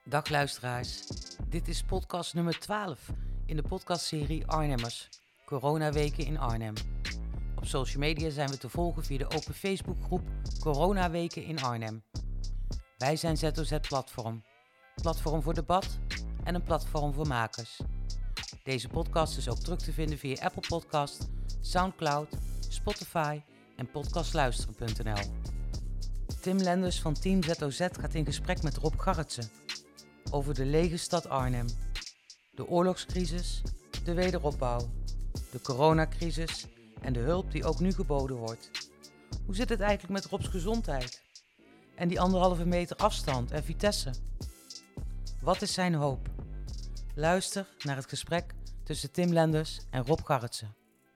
Dag luisteraars, dit is podcast nummer 12 in de podcastserie Arnhemmers, Coronaweken in Arnhem. Op social media zijn we te volgen via de open Facebookgroep Coronaweken in Arnhem. Wij zijn ZOZ Platform, platform voor debat en een platform voor makers. Deze podcast is ook terug te vinden via Apple Podcast, Soundcloud, Spotify en podcastluisteren.nl. Tim Lenders van Team ZOZ gaat in gesprek met Rob Garretsen over de lege stad Arnhem, de oorlogscrisis, de wederopbouw, de coronacrisis en de hulp die ook nu geboden wordt. Hoe zit het eigenlijk met Robs gezondheid? En die 1,5 meter afstand en Vitesse? Wat is zijn hoop? Luister naar het gesprek tussen Tim Lenders en Rob Garretsen.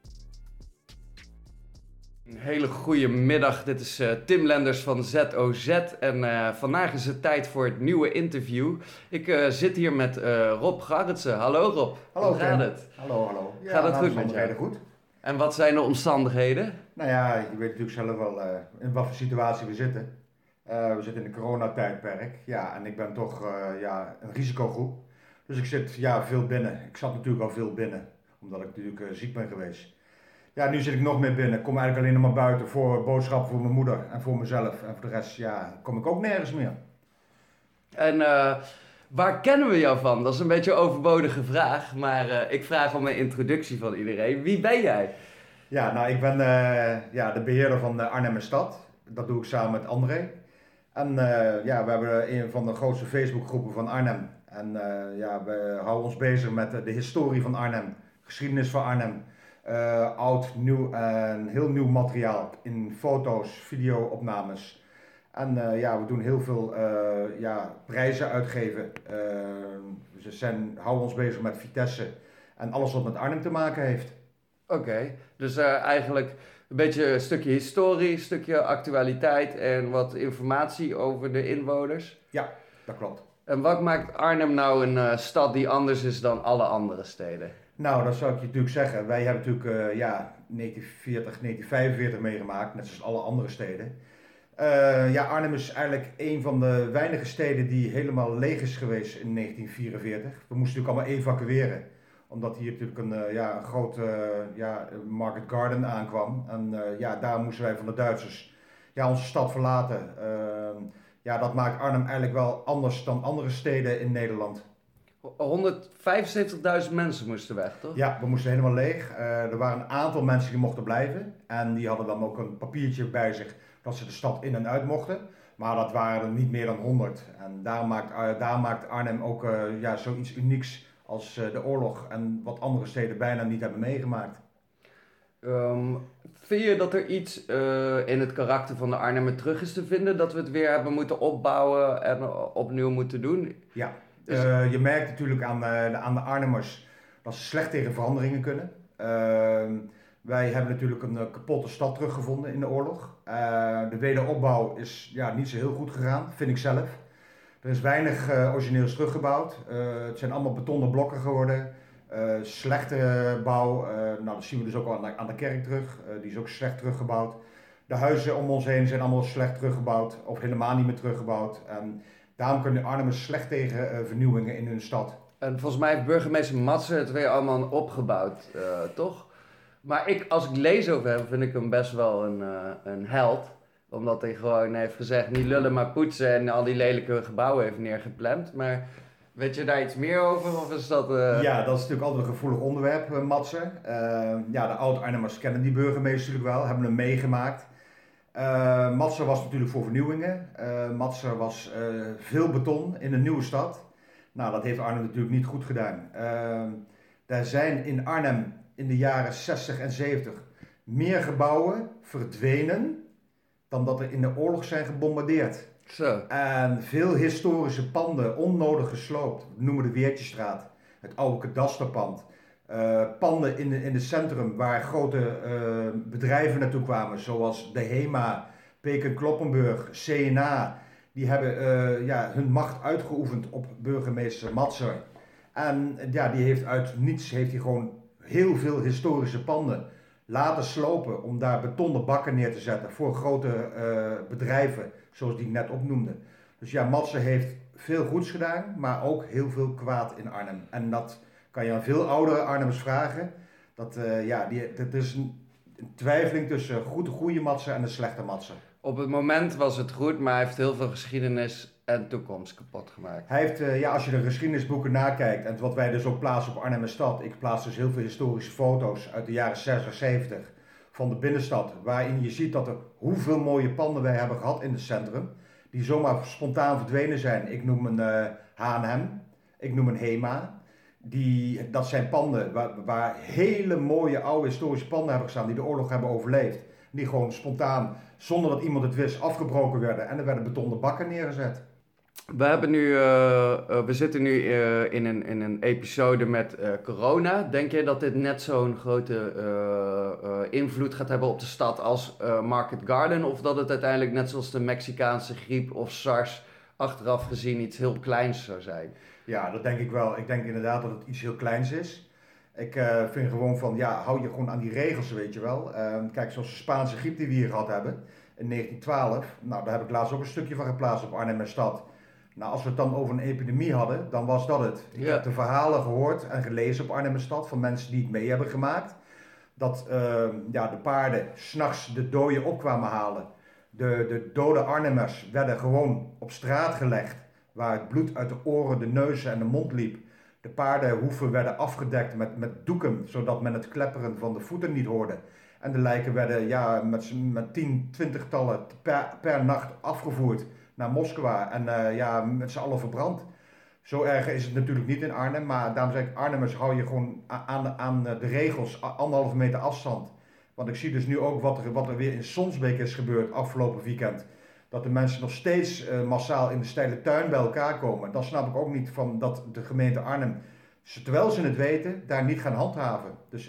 Een hele goede middag, dit is Tim Lenders van ZOZ en vandaag is het tijd voor het nieuwe interview. Ik zit hier met Rob Garretsen. Hallo Rob, Hallo, hoe gaat het? Hallo. Ja, Gaat het goed met jou? Goed. En wat zijn de omstandigheden? Nou ja, je weet natuurlijk zelf wel in wat voor situatie we zitten. We zitten in een coronatijdperk, ja, en ik ben toch een risicogroep. Dus ik zit veel binnen. Ik zat natuurlijk al veel binnen, omdat ik natuurlijk ziek ben geweest. Ja, nu zit ik nog meer binnen. Ik kom eigenlijk alleen nog maar buiten voor boodschappen voor mijn moeder en voor mezelf. En voor de rest, kom ik ook nergens meer. En waar kennen we jou van? Dat is een beetje een overbodige vraag, maar ik vraag om een introductie van iedereen. Wie ben jij? Ja, nou ik ben de beheerder van de Arnhemmer Stad. Dat doe ik samen met André. En we hebben een van de grootste Facebookgroepen van Arnhem. En we houden ons bezig met de historie van Arnhem, geschiedenis van Arnhem. Oud, nieuw en heel nieuw materiaal in foto's, video-opnames. En we doen heel veel prijzen uitgeven. Houden ons bezig met Vitesse en alles wat met Arnhem te maken heeft. Oké, dus eigenlijk een beetje een stukje historie, een stukje actualiteit en wat informatie over de inwoners. Ja, dat klopt. En wat maakt Arnhem nou een stad die anders is dan alle andere steden? Nou, dat zou ik je natuurlijk zeggen. Wij hebben natuurlijk 1940, 1945 meegemaakt, net zoals alle andere steden. Arnhem is eigenlijk een van de weinige steden die helemaal leeg is geweest in 1944. We moesten natuurlijk allemaal evacueren, omdat hier natuurlijk een groot Market Garden aankwam. En daar moesten wij van de Duitsers onze stad verlaten. Dat maakt Arnhem eigenlijk wel anders dan andere steden in Nederland. 175.000 mensen moesten weg, toch? Ja, we moesten helemaal leeg. Er waren een aantal mensen die mochten blijven. En die hadden dan ook een papiertje bij zich dat ze de stad in en uit mochten. Maar dat waren er niet meer dan 100. En daar maakt Arnhem ook zoiets unieks als de oorlog. En wat andere steden bijna niet hebben meegemaakt. Vind je dat er iets in het karakter van de Arnhemmer terug is te vinden? Dat we het weer hebben moeten opbouwen en opnieuw moeten doen? Ja. Je merkt natuurlijk aan de Arnhemmers dat ze slecht tegen veranderingen kunnen. Wij hebben natuurlijk een kapotte stad teruggevonden in de oorlog. De wederopbouw is niet zo heel goed gegaan, vind ik zelf. Er is weinig origineels teruggebouwd. Het zijn allemaal betonnen blokken geworden. Slechte bouw, dat zien we dus ook al aan de kerk terug. Die is ook slecht teruggebouwd. De huizen om ons heen zijn allemaal slecht teruggebouwd of helemaal niet meer teruggebouwd. Daarom kunnen Arnhemmers slecht tegen vernieuwingen in hun stad. En volgens mij heeft burgemeester Matsen het weer allemaal opgebouwd, toch? Maar als ik lees over hem, vind ik hem best wel een held. Omdat hij gewoon heeft gezegd, niet lullen maar poetsen en al die lelijke gebouwen heeft neergepland. Maar weet je daar iets meer over? Of is dat... Ja, dat is natuurlijk altijd een gevoelig onderwerp, Matsen. De oud-Arnhemmers kennen die burgemeester natuurlijk wel, hebben hem meegemaakt. Matsen was natuurlijk voor vernieuwingen. Matsen was veel beton in een nieuwe stad. Nou, dat heeft Arnhem natuurlijk niet goed gedaan. Er zijn in Arnhem in de jaren 60 en 70 meer gebouwen verdwenen dan dat er in de oorlog zijn gebombardeerd. Zo. En veel historische panden onnodig gesloopt. We noemen de Weertjestraat, het oude kadasterpand. Panden in het centrum waar grote bedrijven naartoe kwamen, zoals de HEMA, Peken Kloppenburg, CNA. Die hebben hun macht uitgeoefend op burgemeester Matser. En die heeft uit niets gewoon heel veel historische panden laten slopen om daar betonnen bakken neer te zetten voor grote bedrijven, zoals die ik net opnoemde. Dus Matser heeft veel goeds gedaan, maar ook heel veel kwaad in Arnhem. En dat kan je aan veel oudere Arnhemmers vragen. Dat is een twijfeling tussen goede matser en een slechte matser. Op het moment was het goed, maar hij heeft heel veel geschiedenis en toekomst kapot gemaakt. Hij heeft, als je de geschiedenisboeken nakijkt en wat wij dus ook plaatsen op Arnhem Stad. Ik plaats dus heel veel historische foto's uit de jaren 60, 70 van de binnenstad. Waarin je ziet dat er hoeveel mooie panden wij hebben gehad in het centrum. Die zomaar spontaan verdwenen zijn. Ik noem een H&M, ik noem een HEMA. Dat zijn panden waar hele mooie oude historische panden hebben gestaan die de oorlog hebben overleefd. Die gewoon spontaan, zonder dat iemand het wist, afgebroken werden en er werden betonnen bakken neergezet. We zitten nu in een episode met corona. Denk je dat dit net zo'n grote invloed gaat hebben op de stad als Market Garden? Of dat het uiteindelijk net zoals de Mexicaanse griep of SARS achteraf gezien iets heel kleins zou zijn? Ja, dat denk ik wel. Ik denk inderdaad dat het iets heel kleins is. Ik vind gewoon van, hou je gewoon aan die regels, weet je wel. Kijk, zoals de Spaanse griep die we hier gehad hebben in 1912. Nou, daar heb ik laatst ook een stukje van geplaatst op Arnhem en Stad. Nou, als we het dan over een epidemie hadden, dan was dat het. Ik heb de verhalen gehoord en gelezen op Arnhem en Stad van mensen die het mee hebben gemaakt. Dat de paarden 's nachts de doden opkwamen halen. De dode Arnhemmers werden gewoon op straat gelegd, waar het bloed uit de oren, de neuzen en de mond liep. De paardenhoeven werden afgedekt met doeken, zodat men het klepperen van de voeten niet hoorde. En de lijken werden met 10, 20-tallen per nacht afgevoerd naar Moskou en met z'n allen verbrand. Zo erg is het natuurlijk niet in Arnhem, maar daarom zeg ik, Arnhemmers hou je gewoon aan de regels, 1,5 meter afstand. Want ik zie dus nu ook wat er weer in Sonsbeek is gebeurd afgelopen weekend. Dat de mensen nog steeds massaal in de steile tuin bij elkaar komen. Dan snap ik ook niet van dat de gemeente Arnhem, terwijl ze het weten, daar niet gaan handhaven. Dus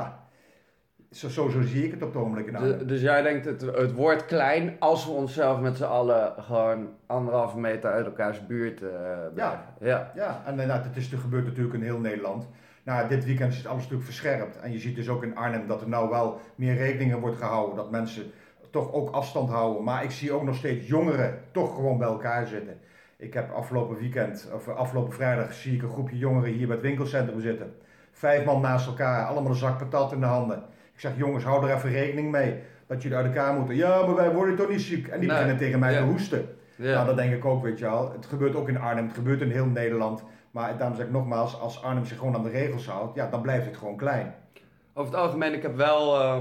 zo zie ik het op het ogenblik in Arnhem. Dus jij denkt het wordt klein als we onszelf met z'n allen gewoon 1,5 meter uit elkaars buurt blijven. Ja, en het gebeurt natuurlijk in heel Nederland. Nou, dit weekend is alles natuurlijk verscherpt. En je ziet dus ook in Arnhem dat er nou wel meer rekeningen wordt gehouden. Dat mensen toch ook afstand houden. Maar ik zie ook nog steeds jongeren toch gewoon bij elkaar zitten. Ik heb afgelopen vrijdag zie ik een groepje jongeren hier bij het winkelcentrum zitten. 5 man naast elkaar, allemaal een zak patat in de handen. Ik zeg, jongens, hou er even rekening mee dat jullie uit elkaar moeten. Ja, maar wij worden toch niet ziek. En die beginnen tegen mij te hoesten. Ja. Nou, dat denk ik ook, weet je wel. Het gebeurt ook in Arnhem, het gebeurt in heel Nederland. Maar daarom zeg ik nogmaals, als Arnhem zich gewoon aan de regels houdt, dan blijft het gewoon klein. Over het algemeen, ik heb wel,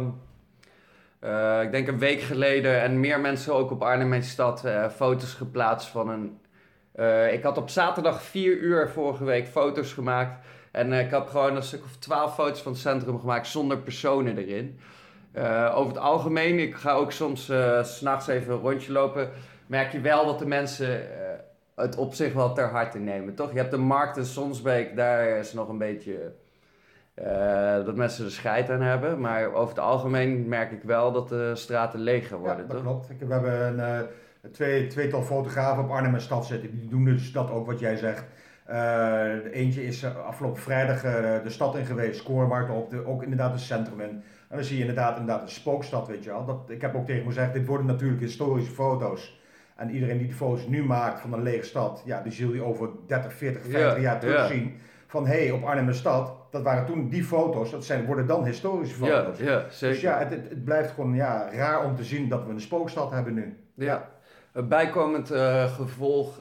ik denk een week geleden en meer mensen ook op Arnhem en Stad foto's geplaatst van een... ik had op zaterdag 4 uur vorige week foto's gemaakt. En ik heb gewoon een stuk of 12 foto's van het centrum gemaakt zonder personen erin. Over het algemeen, ik ga ook soms 's nachts even een rondje lopen, merk je wel dat de mensen het op zich wel ter harte nemen, toch? Je hebt de markt in Sonsbeek, daar is nog een beetje dat mensen er scheid aan hebben. Maar over het algemeen merk ik wel dat de straten leger worden, ja, toch? Dat klopt. We hebben een tweetal fotografen op Arnhem en Stad zitten. Die doen dus dat ook wat jij zegt. Eentje is afgelopen vrijdag de stad in geweest, Scoremarkt op, ook inderdaad het centrum in. En dan zie je inderdaad een spookstad, weet je wel. Ik heb ook tegen me gezegd, dit worden natuurlijk historische foto's. En iedereen die foto's nu maakt van een lege stad, die zul je over 30, 40, 50 jaar terugzien. Van op Arnhem en Stad, dat waren toen die foto's, worden dan historische foto's. Ja, zeker. Dus het blijft gewoon raar om te zien dat we een spookstad hebben nu. Ja, een bijkomend gevolg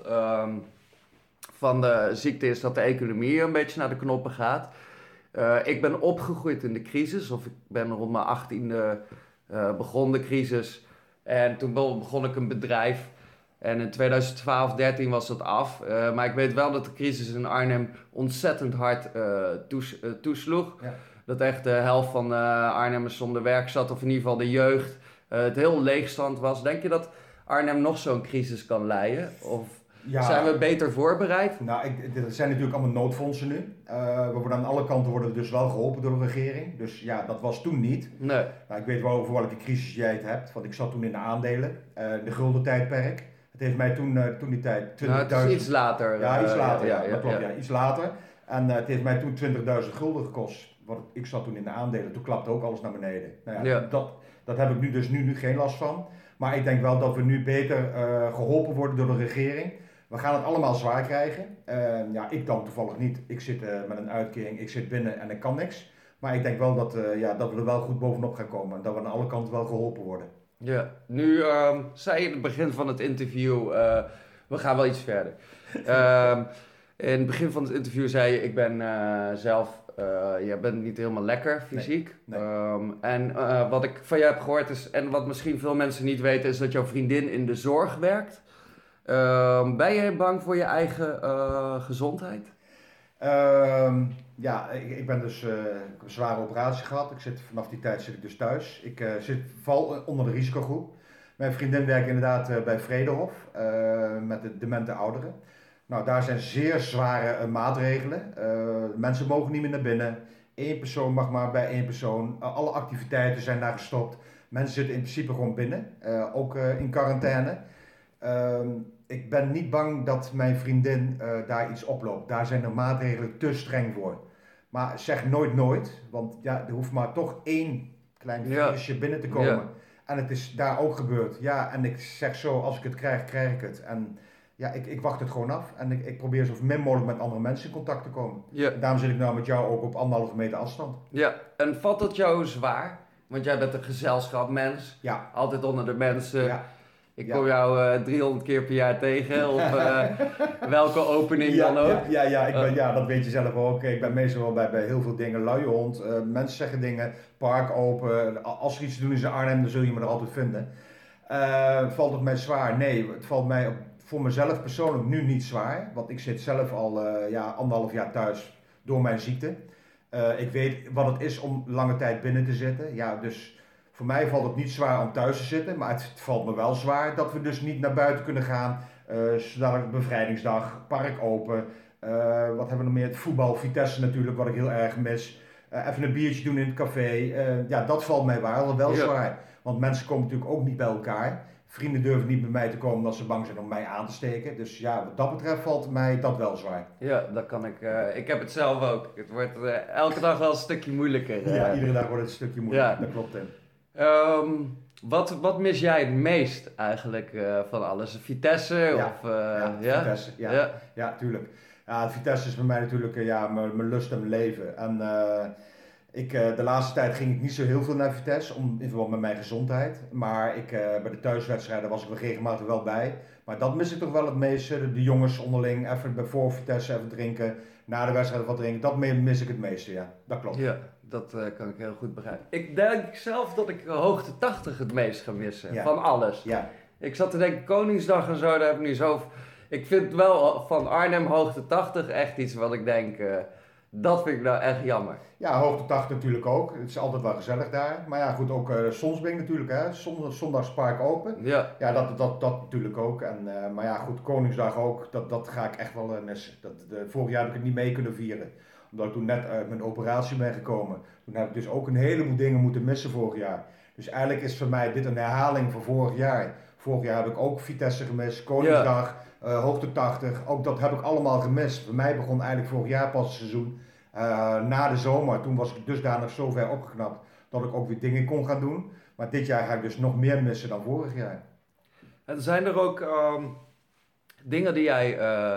van de ziekte is dat de economie een beetje naar de knoppen gaat. Ik ben opgegroeid in de crisis, of ik ben rond mijn 18e begon de crisis. En toen begon ik een bedrijf. En in 2012, 13 was dat af. Maar ik weet wel dat de crisis in Arnhem ontzettend hard toesloeg. Ja. Dat echt de helft van Arnhemmers zonder werk zat, of in ieder geval de jeugd. Het heel leegstand was. Denk je dat Arnhem nog zo'n crisis kan leiden? Of zijn we beter voorbereid? Nou, er zijn natuurlijk allemaal noodfondsen nu. Aan alle kanten worden we dus wel geholpen door de regering. Dus dat was toen niet. Nee. Nou, ik weet wel over welke crisis jij het hebt. Want ik zat toen in de aandelen. De gulden tijdperk. Het heeft mij toen die tijd 20.000... Nou, het is iets later. Ja, iets later. Dat klopt. Ja, iets later. En het heeft mij toen 20.000 gulden gekost. Ik zat toen in de aandelen. Toen klapte ook alles naar beneden. Nou dat heb ik nu geen last van. Maar ik denk wel dat we nu beter geholpen worden door de regering. We gaan het allemaal zwaar krijgen. Ik dan toevallig niet. Ik zit met een uitkering, ik zit binnen en ik kan niks. Maar ik denk wel dat we er wel goed bovenop gaan komen. En dat we aan alle kanten wel geholpen worden. Ja, nu zei je in het begin van het interview, we gaan wel iets verder. In het begin van het interview zei je, ik ben zelf, je bent niet helemaal lekker fysiek. Nee. En wat ik van je heb gehoord is, en wat misschien veel mensen niet weten, is dat jouw vriendin in de zorg werkt. Ben je bang voor je eigen gezondheid? Ik ben dus ik heb een zware operatie gehad. Vanaf die tijd zit ik dus thuis. Ik val onder de risicogroep. Mijn vriendin werkt inderdaad bij Vredehof met de demente ouderen. Nou, daar zijn zeer zware maatregelen. Mensen mogen niet meer naar binnen. 1 persoon mag maar bij 1 persoon. Alle activiteiten zijn daar gestopt. Mensen zitten in principe gewoon binnen, ook in quarantaine. Ik ben niet bang dat mijn vriendin daar iets oploopt. Daar zijn de maatregelen te streng voor. Maar zeg nooit nooit, want ja, er hoeft maar toch 1 klein virusje binnen te komen. Ja. En het is daar ook gebeurd. Ja, en ik zeg zo, als ik het krijg, krijg ik het. En ja, ik wacht het gewoon af. En ik probeer zo min mogelijk met andere mensen in contact te komen. Ja. Daarom zit ik nou met jou ook op 1,5 meter afstand. Ja, en valt dat jou zwaar? Want jij bent een gezelschapmens. Ja. Altijd onder de mensen. Ja. Ik kom jou 300 keer per jaar tegen, op welke opening dan ook. Ja, dat weet je zelf ook. Ik ben meestal bij heel veel dingen, luie hond, mensen zeggen dingen, park open. Als er iets te doen is in Arnhem, dan zul je me er altijd vinden. Valt het mij zwaar? Nee, het valt mij voor mezelf persoonlijk nu niet zwaar. Want ik zit zelf al 1,5 jaar thuis door mijn ziekte. Ik weet wat het is om lange tijd binnen te zitten. Ja, dus voor mij valt het niet zwaar om thuis te zitten, maar het valt me wel zwaar dat we dus niet naar buiten kunnen gaan. Zodat bevrijdingsdag, park open, wat hebben we nog meer? Het voetbal, Vitesse natuurlijk, wat ik heel erg mis. Even een biertje doen in het café, dat valt mij wel zwaar. Want mensen komen natuurlijk ook niet bij elkaar. Vrienden durven niet bij mij te komen omdat ze bang zijn om mij aan te steken. Dus ja, wat dat betreft valt mij dat wel zwaar. Ja, dat kan ik. Ik heb het zelf ook. Het wordt elke dag wel een stukje moeilijker. Ja, iedere dag wordt het een stukje moeilijker. Ja. Dat klopt, Tim. Wat mis jij het meest eigenlijk van alles? Vitesse? Vitesse, ja, tuurlijk. Ja, Vitesse is bij mij natuurlijk mijn lust en mijn leven. En de laatste tijd ging ik niet zo heel veel naar Vitesse, in verband met mijn gezondheid. Maar bij de thuiswedstrijden was ik er regelmatig wel bij. Maar dat mis ik toch wel het meeste. De jongens onderling, even voor Vitesse even drinken. Na de wedstrijd wat drinken, dat mis ik het meeste, ja. Dat klopt. Ja, dat kan ik heel goed begrijpen. Ik denk zelf dat ik hoogte 80 het meest ga missen, van alles. Ja. Ik zat te denken, Koningsdag en zo, daar heb ik nu zo... Ik vind wel van Arnhem hoogte 80 echt iets wat ik denk... dat vind ik nou echt jammer. Ja, hoogte 80 natuurlijk ook. Het is altijd wel gezellig daar. Maar ja, goed, ook Sonsbeek natuurlijk, hè. Zondagspark open. Ja, dat natuurlijk ook. En, maar ja, goed, Koningsdag ook. Dat ga ik echt wel missen. Vorig jaar heb ik het niet mee kunnen vieren. Omdat ik toen net uit mijn operatie ben gekomen. Toen heb ik dus ook een heleboel dingen moeten missen vorig jaar. Dus eigenlijk is voor mij dit een herhaling van vorig jaar. Vorig jaar heb ik ook Vitesse gemist, Koningsdag, hoogte 80. Ook dat heb ik allemaal gemist. Bij mij begon eigenlijk vorig jaar pas het seizoen. Na de zomer, toen was ik dusdanig zo ver opgeknapt dat ik ook weer dingen kon gaan doen. Maar dit jaar ga ik dus nog meer missen dan vorig jaar. En zijn er ook dingen die jij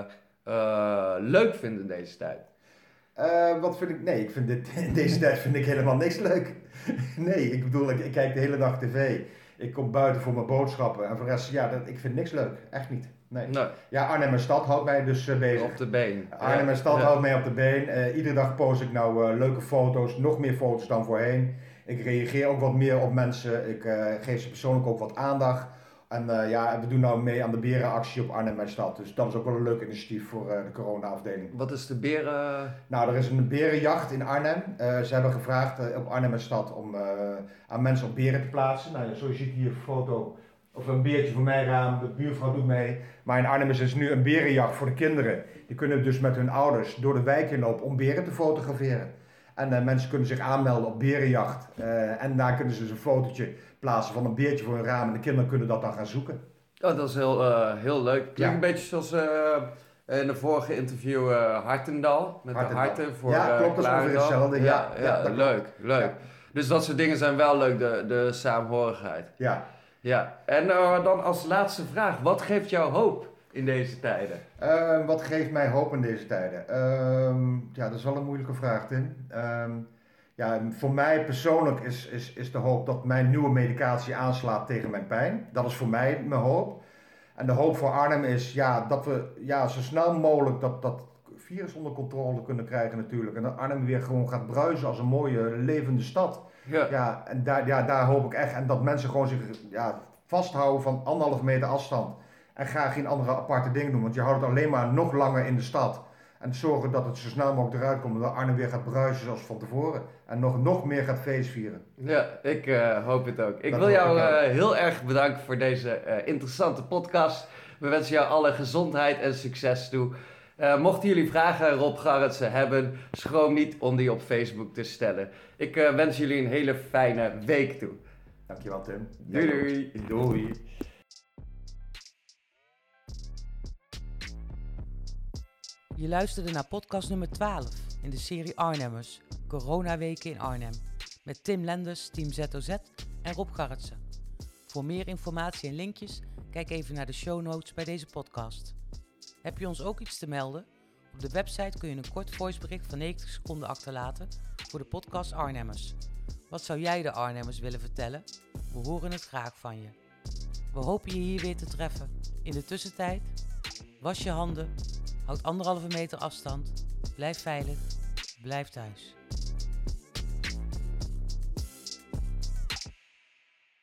leuk vindt in deze tijd? Wat vind ik? Nee, in deze tijd vind ik helemaal niks leuk. Nee, ik bedoel, ik kijk de hele dag tv. Ik kom buiten voor mijn boodschappen en voor de rest, ik vind niks leuk. Echt niet. Nee. Ja, Arnhem en Stad houdt mij dus bezig. Op de been. Arnhem en Stad houdt mij op de been. Iedere dag post ik nou leuke foto's, nog meer foto's dan voorheen. Ik reageer ook wat meer op mensen. Ik geef ze persoonlijk ook wat aandacht. En we doen nou mee aan de berenactie op Arnhem en Stad. Dus dat is ook wel een leuk initiatief voor de corona-afdeling. Wat is de beren? Nou, er is een berenjacht in Arnhem. Ze hebben gevraagd op Arnhem en Stad om aan mensen op beren te plaatsen. Nou, zoals je ziet hier een foto of een beertje voor mijn raam. De buurvrouw doet mee. Maar in Arnhem is dus nu een berenjacht voor de kinderen. Die kunnen dus met hun ouders door de wijk in lopen om beren te fotograferen. En mensen kunnen zich aanmelden op berenjacht. En daar kunnen ze dus een fotootje plaatsen van een beertje voor hun raam. En de kinderen kunnen dat dan gaan zoeken. Oh, dat is heel leuk. Klinkt een beetje zoals in de vorige interview Hartendal. Met de harten voor klopt, dat is ongeveer hetzelfde. Ja, leuk. Ja. Dus dat soort dingen zijn wel leuk, de saamhorigheid. Ja. Ja. En dan als laatste vraag, wat geeft jou hoop in deze tijden? Wat geeft mij hoop in deze tijden? Ja, dat is wel een moeilijke vraag, Tim. Ja, voor mij persoonlijk is de hoop dat mijn nieuwe medicatie aanslaat tegen mijn pijn. Dat is voor mij mijn hoop. En de hoop voor Arnhem is dat we zo snel mogelijk dat virus onder controle kunnen krijgen natuurlijk. En dat Arnhem weer gewoon gaat bruisen als een mooie levende stad. Ja, en daar hoop ik echt. En dat mensen gewoon zich vasthouden van 1,5 meter afstand. En ga geen andere aparte dingen doen. Want je houdt het alleen maar nog langer in de stad. En zorgen dat het zo snel mogelijk eruit komt. Dat Arnhem weer gaat bruisen zoals van tevoren. En nog meer gaat feestvieren. Ja, ik hoop het ook. Ik wil jou heel erg bedanken voor deze interessante podcast. We wensen jou alle gezondheid en succes toe. Mochten jullie vragen Rob Garretsen hebben, schroom niet om die op Facebook te stellen. Ik wens jullie een hele fijne week toe. Dankjewel, Tim. Doei. Doei. Je luisterde naar podcast nummer 12 in de serie Arnhemmers, Coronaweken in Arnhem, met Tim Lenders, Team ZOZ en Rob Garretsen. Voor meer informatie en linkjes, kijk even naar de show notes bij deze podcast. Heb je ons ook iets te melden? Op de website kun je een kort voicebericht van 90 seconden achterlaten voor de podcast Arnhemmers. Wat zou jij de Arnhemmers willen vertellen? We horen het graag van je. We hopen je hier weer te treffen. In de tussentijd, was je handen, houd 1,5 meter afstand, blijf veilig, blijf thuis.